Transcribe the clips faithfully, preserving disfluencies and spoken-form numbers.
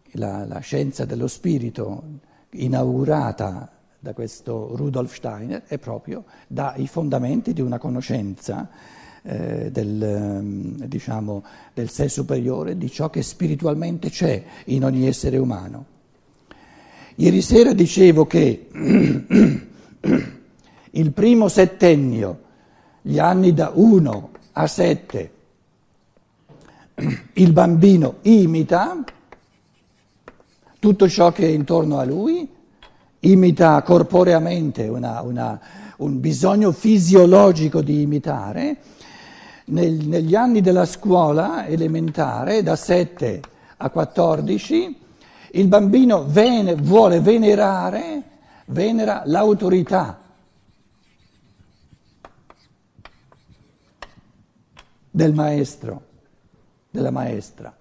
la, la scienza dello spirito inaugurata da questo Rudolf Steiner è proprio dai fondamenti di una conoscenza eh, del, diciamo, del sé superiore, di ciò che spiritualmente c'è in ogni essere umano. Ieri sera dicevo che il primo settennio, gli anni da uno a sette, il bambino imita tutto ciò che è intorno a lui, imita corporeamente una, una, un bisogno fisiologico di imitare. Nel, negli anni della scuola elementare, da sette a quattordici, il bambino vene, vuole venerare, venera l'autorità del maestro, della maestra.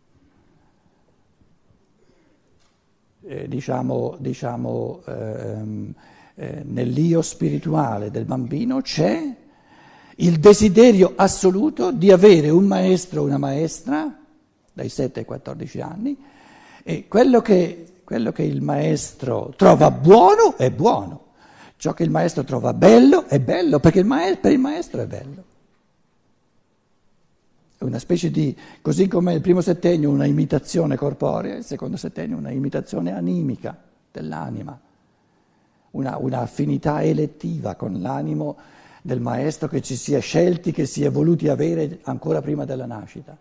Eh, diciamo, diciamo ehm, eh, nell'io spirituale del bambino c'è il desiderio assoluto di avere un maestro o una maestra dai sette ai quattordici anni, e quello che, quello che il maestro trova buono è buono, ciò che il maestro trova bello è bello, perché il maestro, per il maestro è bello. È una specie di, così come il primo settennio una imitazione corporea, il secondo settennio una imitazione animica dell'anima, una, una affinità elettiva con l'animo del maestro che ci si è scelti, che si è voluti avere ancora prima della nascita.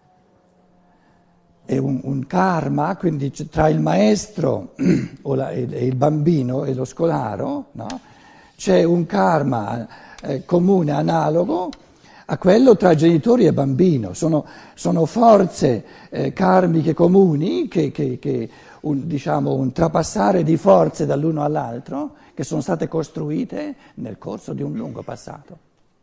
È un, un karma, quindi tra il maestro o la, e, e il bambino e lo scolaro, no? C'è un karma eh, comune, analogo a quello tra genitori e bambino. Sono, sono forze eh, karmiche comuni, che, che, che un, diciamo, un trapassare di forze dall'uno all'altro, che sono state costruite nel corso di un lungo passato.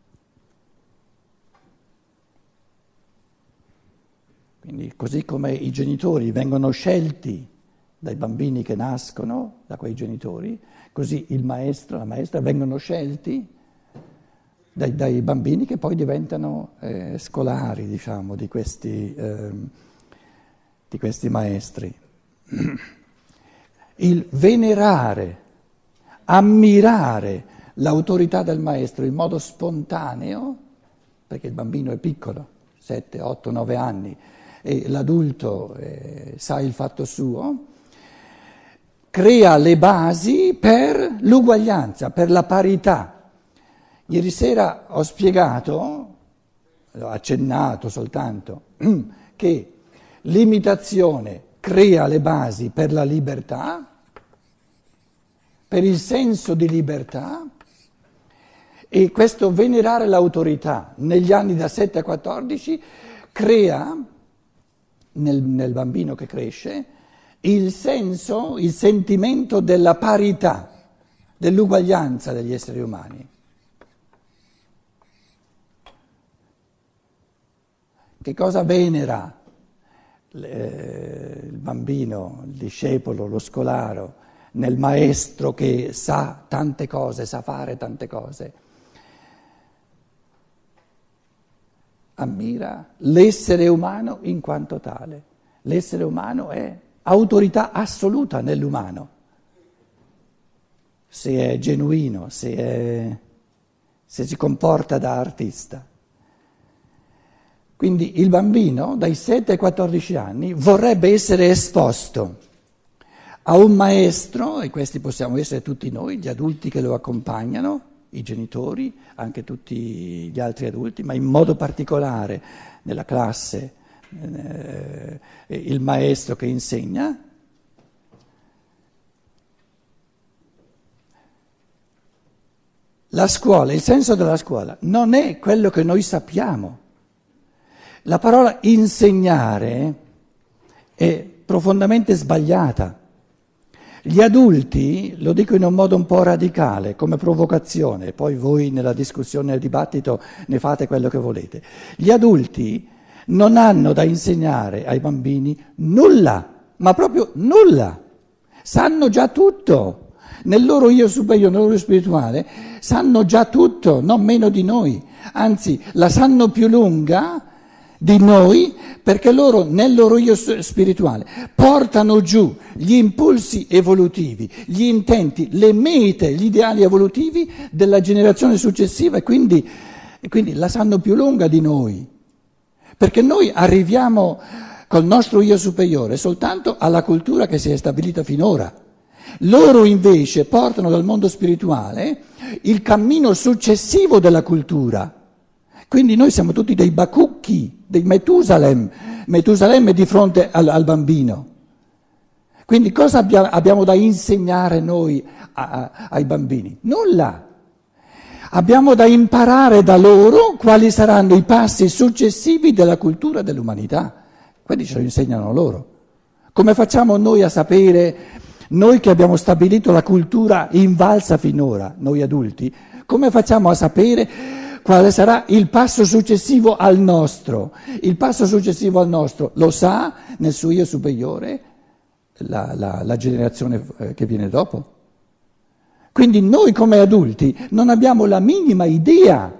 Quindi così come i genitori vengono scelti dai bambini che nascono, da quei genitori, così il maestro e la maestra vengono scelti Dai, dai bambini che poi diventano eh, scolari, diciamo, di questi, eh, di questi maestri. Il venerare, ammirare l'autorità del maestro in modo spontaneo, perché il bambino è piccolo, sette, otto, nove anni, e l'adulto eh, sa il fatto suo, crea le basi per l'uguaglianza, per la parità. Ieri sera ho spiegato, ho accennato soltanto, che l'imitazione crea le basi per la libertà, per il senso di libertà, e questo venerare l'autorità negli anni da sette a quattordici crea nel, nel bambino che cresce il senso, il sentimento della parità, dell'uguaglianza degli esseri umani. Che cosa venera il bambino, il discepolo, lo scolaro, nel maestro che sa tante cose, sa fare tante cose? Ammira l'essere umano in quanto tale. L'essere umano è autorità assoluta nell'umano, se è genuino, se, è, se si comporta da artista. Quindi il bambino dai sette ai quattordici anni vorrebbe essere esposto a un maestro, e questi possiamo essere tutti noi, gli adulti che lo accompagnano, i genitori, anche tutti gli altri adulti, ma in modo particolare nella classe eh, il maestro che insegna. La scuola, il senso della scuola non è quello che noi sappiamo. La parola insegnare è profondamente sbagliata. Gli adulti, lo dico in un modo un po' radicale, come provocazione, poi voi nella discussione, nel dibattito ne fate quello che volete. Gli adulti non hanno da insegnare ai bambini nulla, ma proprio nulla. Sanno già tutto. Nel loro io superiore, nel loro io spirituale, sanno già tutto, non meno di noi. Anzi, la sanno più lunga di noi, perché loro nel loro io spirituale portano giù gli impulsi evolutivi, gli intenti, le mete, gli ideali evolutivi della generazione successiva e quindi, e quindi la sanno più lunga di noi, perché noi arriviamo col nostro io superiore soltanto alla cultura che si è stabilita finora. Loro invece portano dal mondo spirituale il cammino successivo della cultura. Quindi noi siamo tutti dei bacucchi, dei Metusalem. Metusalem è di fronte al, al bambino. Quindi cosa abbia, abbiamo da insegnare noi a, a, ai bambini? Nulla. Abbiamo da imparare da loro quali saranno i passi successivi della cultura dell'umanità. Quelli ce lo insegnano loro. Come facciamo noi a sapere, noi che abbiamo stabilito la cultura invalsa finora, noi adulti, come facciamo a sapere quale sarà il passo successivo al nostro? Il passo successivo al nostro lo sa nel suo io superiore la, la, la generazione che viene dopo. Quindi noi come adulti non abbiamo la minima idea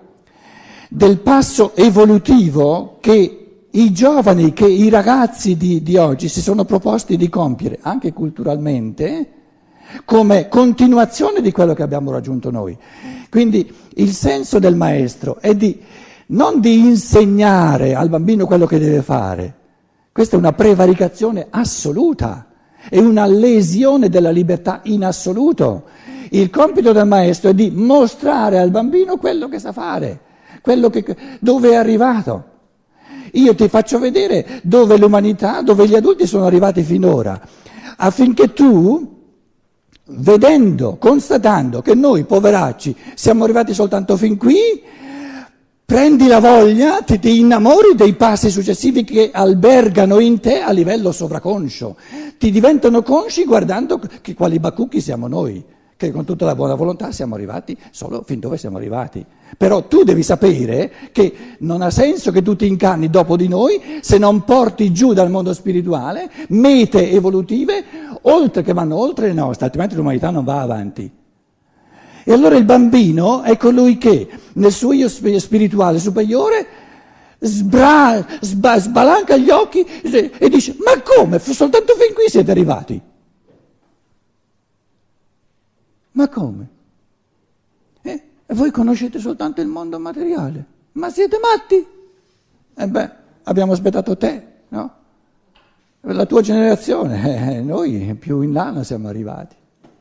del passo evolutivo che i giovani, che i ragazzi di, di oggi si sono proposti di compiere, anche culturalmente, come continuazione di quello che abbiamo raggiunto noi. Quindi il senso del maestro è di non di insegnare al bambino quello che deve fare. Questa è una prevaricazione assoluta, è una lesione della libertà in assoluto. Il compito del maestro è di mostrare al bambino quello che sa fare, quello che, dove è arrivato. Io ti faccio vedere dove l'umanità, dove gli adulti sono arrivati finora, affinché tu, vedendo, constatando che noi poveracci siamo arrivati soltanto fin qui, prendi la voglia, ti, ti innamori dei passi successivi che albergano in te a livello sovraconscio, ti diventano consci guardando che quali bacucchi siamo noi, che con tutta la buona volontà siamo arrivati solo fin dove siamo arrivati. Però tu devi sapere che non ha senso che tu ti incarni dopo di noi se non porti giù dal mondo spirituale mete evolutive oltre che vanno oltre le nostre, altrimenti l'umanità non va avanti. E allora il bambino è colui che nel suo io spirituale superiore sbra, sba, sbalanca gli occhi e dice: ma come? Soltanto fin qui siete arrivati? Ma come? Eh, voi conoscete soltanto il mondo materiale, ma siete matti? E eh beh, abbiamo aspettato te, no? La tua generazione, eh, noi più in là non siamo arrivati.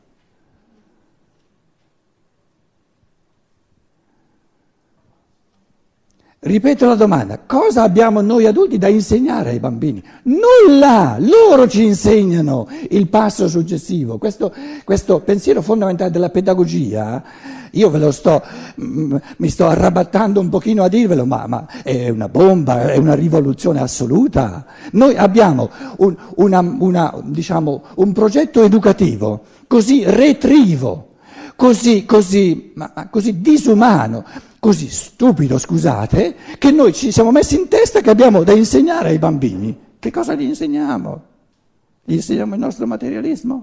Ripeto la domanda, cosa abbiamo noi adulti da insegnare ai bambini? Nulla! Loro ci insegnano il passo successivo. Questo, questo pensiero fondamentale della pedagogia, io ve lo sto, mi sto arrabattando un pochino a dirvelo, ma, ma è una bomba, è una rivoluzione assoluta. Noi abbiamo un, una, una, diciamo, un progetto educativo così retrivo, così, così, ma, ma così disumano, così stupido, scusate, che noi ci siamo messi in testa che abbiamo da insegnare ai bambini. Che cosa gli insegniamo? Gli insegniamo il nostro materialismo?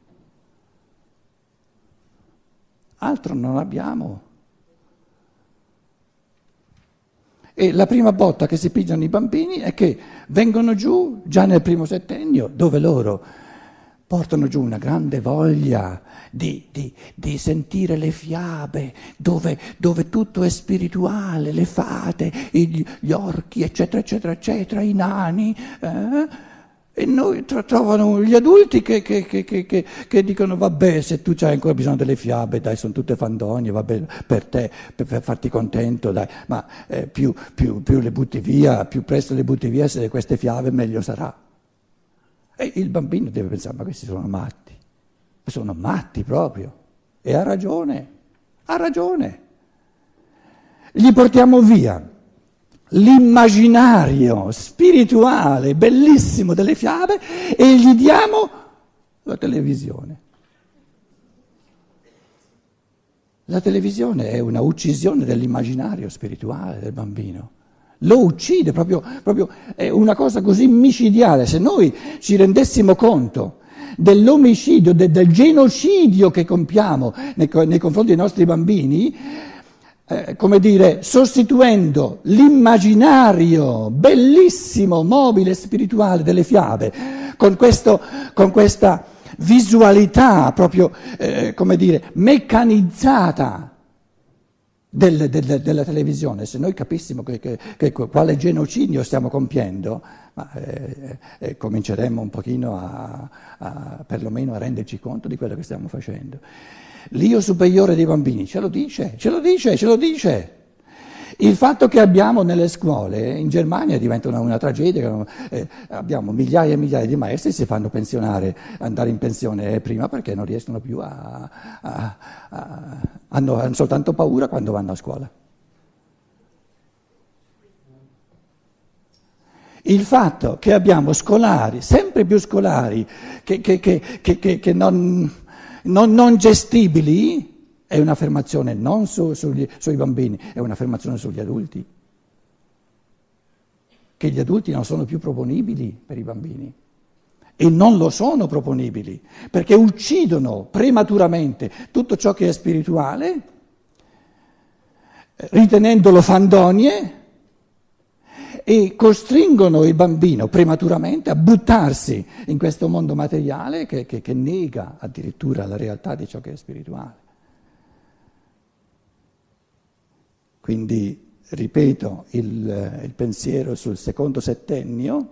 Altro non abbiamo. E la prima botta che si pigliano i bambini è che vengono giù già nel primo settennio, dove loro portano giù una grande voglia di, di, di sentire le fiabe, dove, dove tutto è spirituale, le fate, gli, gli orchi, eccetera, eccetera, eccetera, i nani. Eh? E noi trovano gli adulti che, che, che, che, che, che dicono: vabbè, se tu c'hai ancora bisogno delle fiabe, dai, sono tutte fandonie, vabbè, per te, per, per farti contento, dai, ma eh, più, più, più le butti via, più presto le butti via, se queste fiabe meglio sarà. E il bambino deve pensare: ma questi sono matti, sono matti proprio. E ha ragione, ha ragione. Gli portiamo via l'immaginario spirituale bellissimo delle fiabe e gli diamo la televisione. La televisione è una uccisione dell'immaginario spirituale del bambino. Lo uccide, proprio, proprio è una cosa così micidiale. Se noi ci rendessimo conto dell'omicidio, de, del genocidio che compiamo nei, nei confronti dei nostri bambini, eh, come dire, sostituendo l'immaginario bellissimo, mobile, spirituale delle fiabe con, questo, con questa visualità proprio, eh, come dire, meccanizzata del, del, della televisione. Se noi capissimo che, che, che quale genocidio stiamo compiendo, ma, eh, eh, cominceremmo un pochino a, a perlomeno a renderci conto di quello che stiamo facendo. L'io superiore dei bambini ce lo dice, ce lo dice, ce lo dice. Il fatto che abbiamo nelle scuole, in Germania diventa una, una tragedia, eh, abbiamo migliaia e migliaia di maestri che si fanno pensionare, andare in pensione prima perché non riescono più a... a, a hanno, hanno soltanto paura quando vanno a scuola. Il fatto che abbiamo scolari, sempre più scolari, che, che, che, che, che, che non, non, non gestibili, è un'affermazione non su, sugli, sui bambini, è un'affermazione sugli adulti. Che gli adulti non sono più proponibili per i bambini. E non lo sono proponibili, perché uccidono prematuramente tutto ciò che è spirituale, ritenendolo fandonie, e costringono il bambino prematuramente a buttarsi in questo mondo materiale che, che, che nega addirittura la realtà di ciò che è spirituale. Quindi, ripeto, il, il pensiero sul secondo settennio,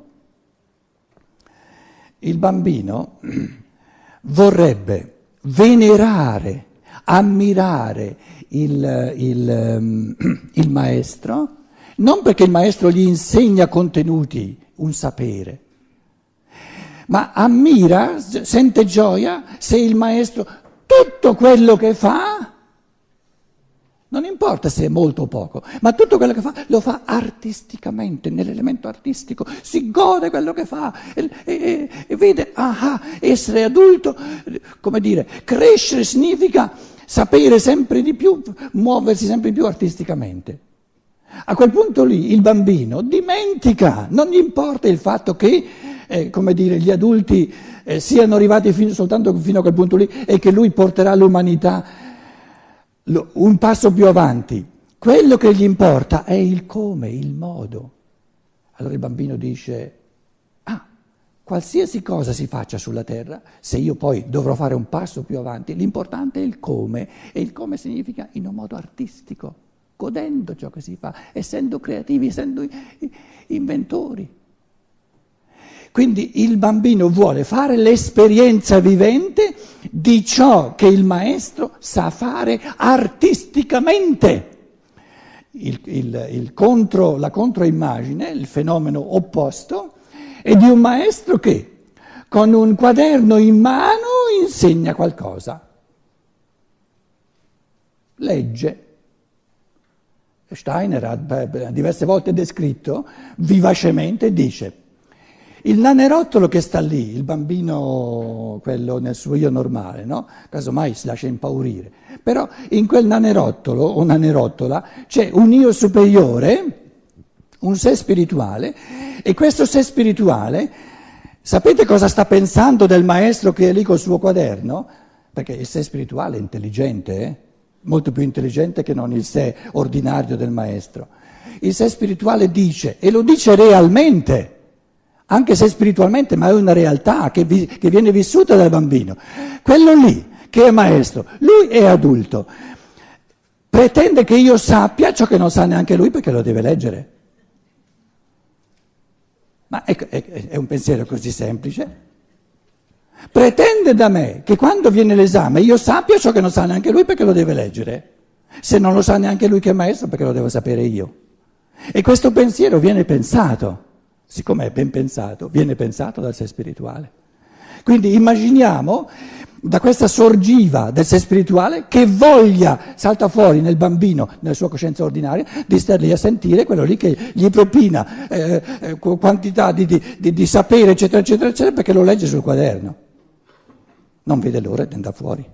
il bambino vorrebbe venerare, ammirare il, il, il maestro, non perché il maestro gli insegna contenuti, un sapere, ma ammira, sente gioia se il maestro tutto quello che fa, non importa se è molto o poco, ma tutto quello che fa lo fa artisticamente, nell'elemento artistico, si gode quello che fa e, e, e vede, ah, essere adulto, come dire, crescere significa sapere sempre di più, muoversi sempre di più artisticamente. A quel punto lì il bambino dimentica, non gli importa il fatto che, eh, come dire, gli adulti eh, siano arrivati fino, soltanto fino a quel punto lì e che lui porterà l'umanità un passo più avanti. Quello che gli importa è il come, il modo. Allora il bambino dice, ah, qualsiasi cosa si faccia sulla terra, se io poi dovrò fare un passo più avanti, l'importante è il come, e il come significa in un modo artistico, godendo ciò che si fa, essendo creativi, essendo inventori. Quindi il bambino vuole fare l'esperienza vivente di ciò che il maestro sa fare artisticamente. Il, il, il contro, la controimmagine, il fenomeno opposto, è di un maestro che con un quaderno in mano insegna qualcosa. Legge. Steiner ha diverse volte descritto vivacemente, dice: il nanerottolo che sta lì, il bambino, quello nel suo io normale, no? Casomai si lascia impaurire. Però in quel nanerottolo o nanerottola c'è un io superiore, un sé spirituale, e questo sé spirituale, sapete cosa sta pensando del maestro che è lì col suo quaderno? Perché il sé spirituale è intelligente, eh? Molto più intelligente che non il sé ordinario del maestro. Il sé spirituale dice, e lo dice realmente, anche se spiritualmente, ma è una realtà che, vi, che viene vissuta dal bambino. Quello lì, che è maestro, lui è adulto, pretende che io sappia ciò che non sa neanche lui perché lo deve leggere. Ma è, è, è un pensiero così semplice. Pretende da me che quando viene l'esame io sappia ciò che non sa neanche lui perché lo deve leggere. Se non lo sa neanche lui che è maestro, perché lo devo sapere io. E questo pensiero viene pensato. Siccome è ben pensato, viene pensato dal sé spirituale. Quindi immaginiamo da questa sorgiva del sé spirituale che voglia, salta fuori nel bambino, nella sua coscienza ordinaria, di star lì a sentire quello lì che gli propina eh, eh, quantità di, di, di, di sapere, eccetera, eccetera, eccetera, perché lo legge sul quaderno. Non vede l'ora di andare fuori.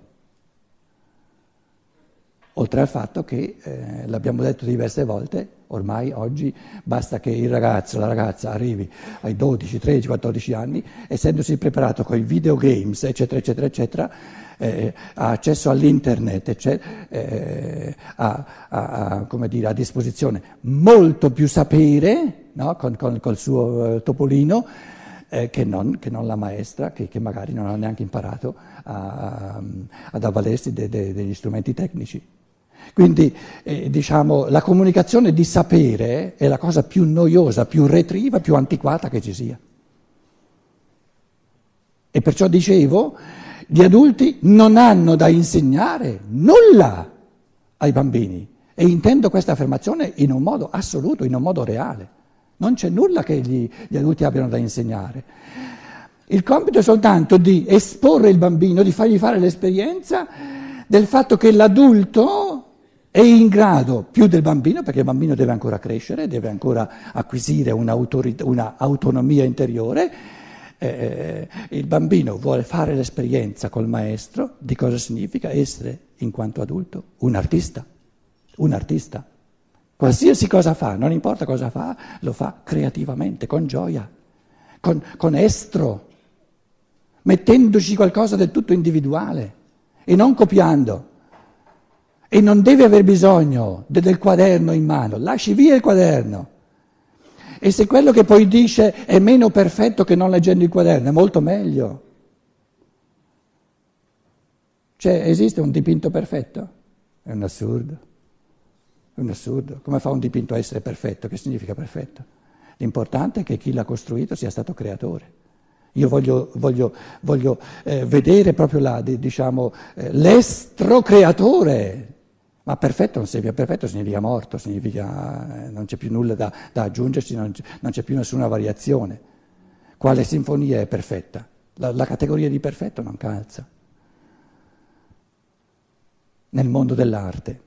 Oltre al fatto che, eh, l'abbiamo detto diverse volte, ormai oggi basta che il ragazzo, la ragazza arrivi ai dodici, tredici, quattordici anni, essendosi preparato con i videogames, eccetera, eccetera, eccetera, eh, ha accesso all'internet, cioè, eh, ha, ha, ha, come dire, a disposizione molto più sapere, no? con, con, col suo eh, topolino, eh, che, non, che non la maestra, che, che magari non ha neanche imparato a, a, ad avvalersi de, de, degli strumenti tecnici. Quindi eh, diciamo, la comunicazione di sapere è la cosa più noiosa, più retriva, più antiquata che ci sia. E perciò dicevo, gli adulti non hanno da insegnare nulla ai bambini. E intendo questa affermazione in un modo assoluto, in un modo reale. Non c'è nulla che gli, gli adulti abbiano da insegnare. Il compito è soltanto di esporre il bambino, di fargli fare l'esperienza del fatto che l'adulto è in grado, più del bambino, perché il bambino deve ancora crescere, deve ancora acquisire un'autonomia interiore, eh, il bambino vuole fare l'esperienza col maestro di cosa significa essere, in quanto adulto, un artista. Un artista. Qualsiasi cosa fa, non importa cosa fa, lo fa creativamente, con gioia, con, con estro, mettendoci qualcosa del tutto individuale e non copiando. E non deve aver bisogno del quaderno in mano, lasci via il quaderno. E se quello che poi dice è meno perfetto che non leggendo il quaderno, è molto meglio. Cioè, esiste un dipinto perfetto? È un assurdo. È un assurdo. Come fa un dipinto a essere perfetto? Che significa perfetto? L'importante è che chi l'ha costruito sia stato creatore. Io voglio, voglio, voglio eh, vedere proprio la, diciamo, eh, l'estro creatore. Ma perfetto non significa perfetto, significa morto, significa eh, non c'è più nulla da, da aggiungerci, non c'è, non c'è più nessuna variazione. Quale sinfonia è perfetta? La, la categoria di perfetto non calza nel mondo dell'arte.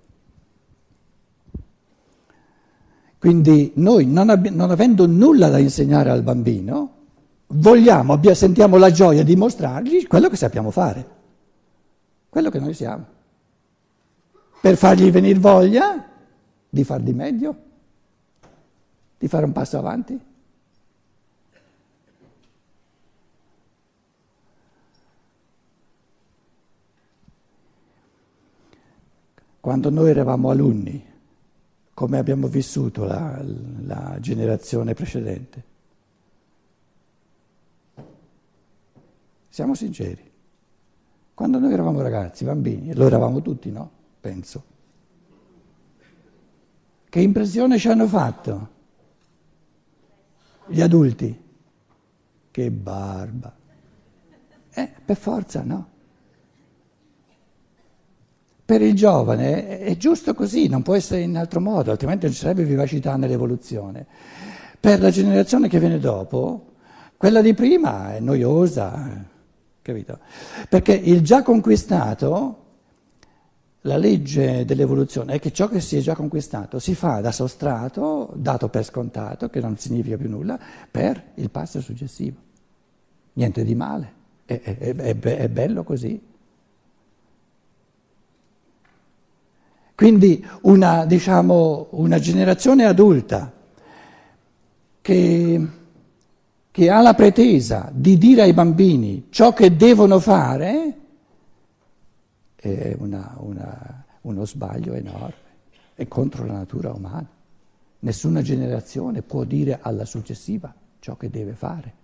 Quindi noi, non, abbi- non avendo nulla da insegnare al bambino, vogliamo, abbia, sentiamo la gioia di mostrargli quello che sappiamo fare, quello che noi siamo. Per fargli venire voglia di far di meglio, di fare un passo avanti. Quando noi eravamo alunni, come abbiamo vissuto la, la generazione precedente? Siamo sinceri. Quando noi eravamo ragazzi, bambini, e lo eravamo tutti, no? Penso. Che impressione ci hanno fatto gli adulti? Che barba. Eh, per forza, no? Per il giovane è giusto così, non può essere in altro modo, altrimenti non ci sarebbe vivacità nell'evoluzione. Per la generazione che viene dopo, quella di prima è noiosa, capito? Perché il già conquistato, la legge dell'evoluzione è che ciò che si è già conquistato si fa da sostrato, dato per scontato, che non significa più nulla, per il passo successivo. Niente di male, è, è, è, è bello così. Quindi una, diciamo, una generazione adulta che, che ha la pretesa di dire ai bambini ciò che devono fare è una, una, uno sbaglio enorme, è contro la natura umana. Nessuna generazione può dire alla successiva ciò che deve fare.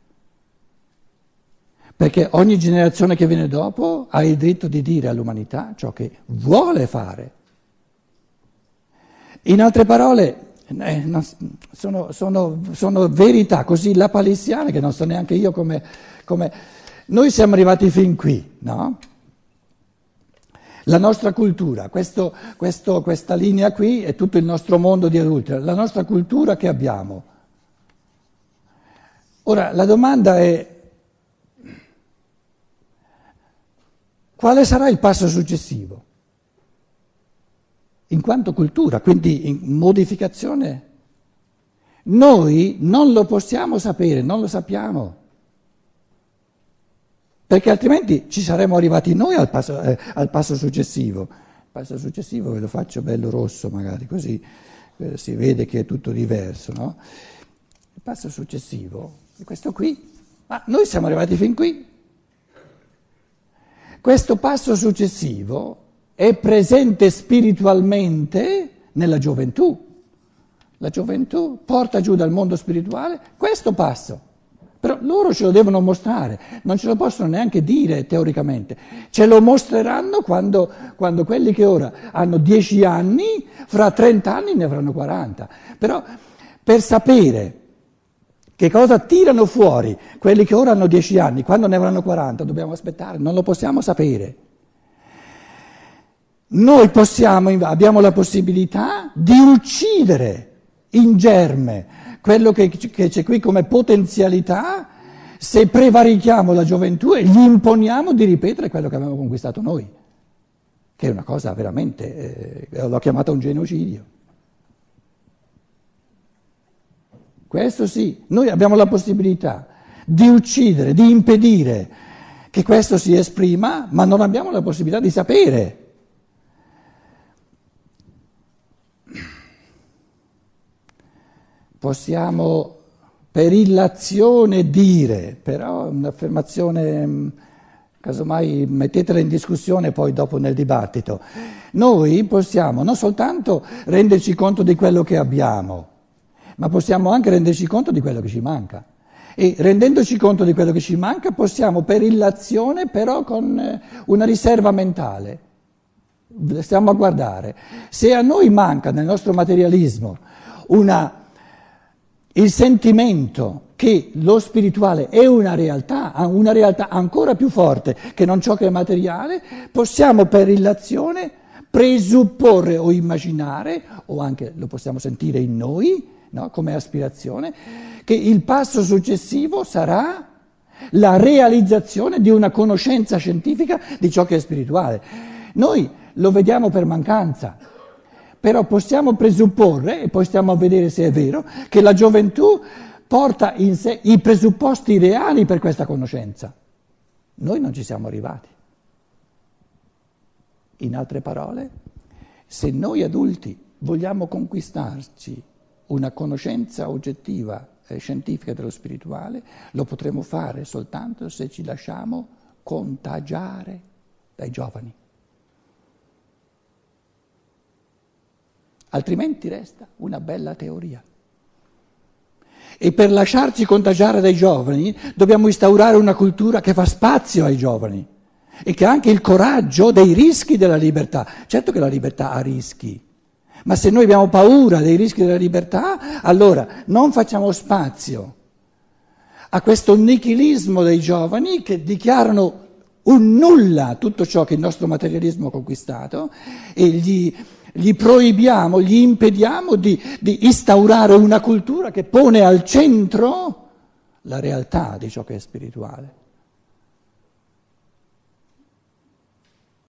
Perché ogni generazione che viene dopo ha il diritto di dire all'umanità ciò che vuole fare. In altre parole, eh, non, sono, sono, sono verità così lapalissiane che non so neanche io come, come... Noi siamo arrivati fin qui, no? La nostra cultura, questo, questo, questa linea qui è tutto il nostro mondo di adulti, la nostra cultura che abbiamo. Ora, la domanda è: quale sarà il passo successivo? In quanto cultura, quindi in modificazione, noi non lo possiamo sapere, non lo sappiamo, perché altrimenti ci saremmo arrivati noi al passo, eh, al passo successivo. Il passo successivo ve lo faccio bello rosso magari, così eh, si vede che è tutto diverso, no? Il passo successivo è questo qui, ma noi siamo arrivati fin qui. Questo passo successivo è presente spiritualmente nella gioventù. La gioventù porta giù dal mondo spirituale questo passo. Però loro ce lo devono mostrare, non ce lo possono neanche dire teoricamente. Ce lo mostreranno quando, quando quelli che ora hanno dieci anni, fra trenta anni ne avranno quaranta. Però per sapere che cosa tirano fuori quelli che ora hanno dieci anni, quando ne avranno quaranta, dobbiamo aspettare, non lo possiamo sapere. Noi possiamo, abbiamo la possibilità di uccidere in germe quello che, che c'è qui come potenzialità se prevarichiamo la gioventù e gli imponiamo di ripetere quello che avevamo conquistato noi, che è una cosa veramente, eh, l'ho chiamata un genocidio. Questo sì, noi abbiamo la possibilità di uccidere, di impedire che questo si esprima, ma non abbiamo la possibilità di sapere. Possiamo per illazione dire, però è un'affermazione, casomai mettetela in discussione poi dopo nel dibattito. Noi possiamo non soltanto renderci conto di quello che abbiamo, ma possiamo anche renderci conto di quello che ci manca. E rendendoci conto di quello che ci manca possiamo per illazione però con una riserva mentale. Stiamo a guardare. Se a noi manca nel nostro materialismo una il sentimento che lo spirituale è una realtà, una realtà ancora più forte che non ciò che è materiale, possiamo per illazione presupporre o immaginare, o anche lo possiamo sentire in noi, no, come aspirazione, che il passo successivo sarà la realizzazione di una conoscenza scientifica di ciò che è spirituale. Noi lo vediamo per mancanza. Però possiamo presupporre, e poi stiamo a vedere se è vero, che la gioventù porta in sé i presupposti reali per questa conoscenza. Noi non ci siamo arrivati. In altre parole, se noi adulti vogliamo conquistarci una conoscenza oggettiva e scientifica dello spirituale, lo potremo fare soltanto se ci lasciamo contagiare dai giovani. Altrimenti resta una bella teoria. E per lasciarci contagiare dai giovani dobbiamo instaurare una cultura che fa spazio ai giovani e che ha anche il coraggio dei rischi della libertà. Certo che la libertà ha rischi, ma se noi abbiamo paura dei rischi della libertà, allora non facciamo spazio a questo nichilismo dei giovani che dichiarano un nulla tutto ciò che il nostro materialismo ha conquistato e gli Gli proibiamo, gli impediamo di, di instaurare una cultura che pone al centro la realtà di ciò che è spirituale.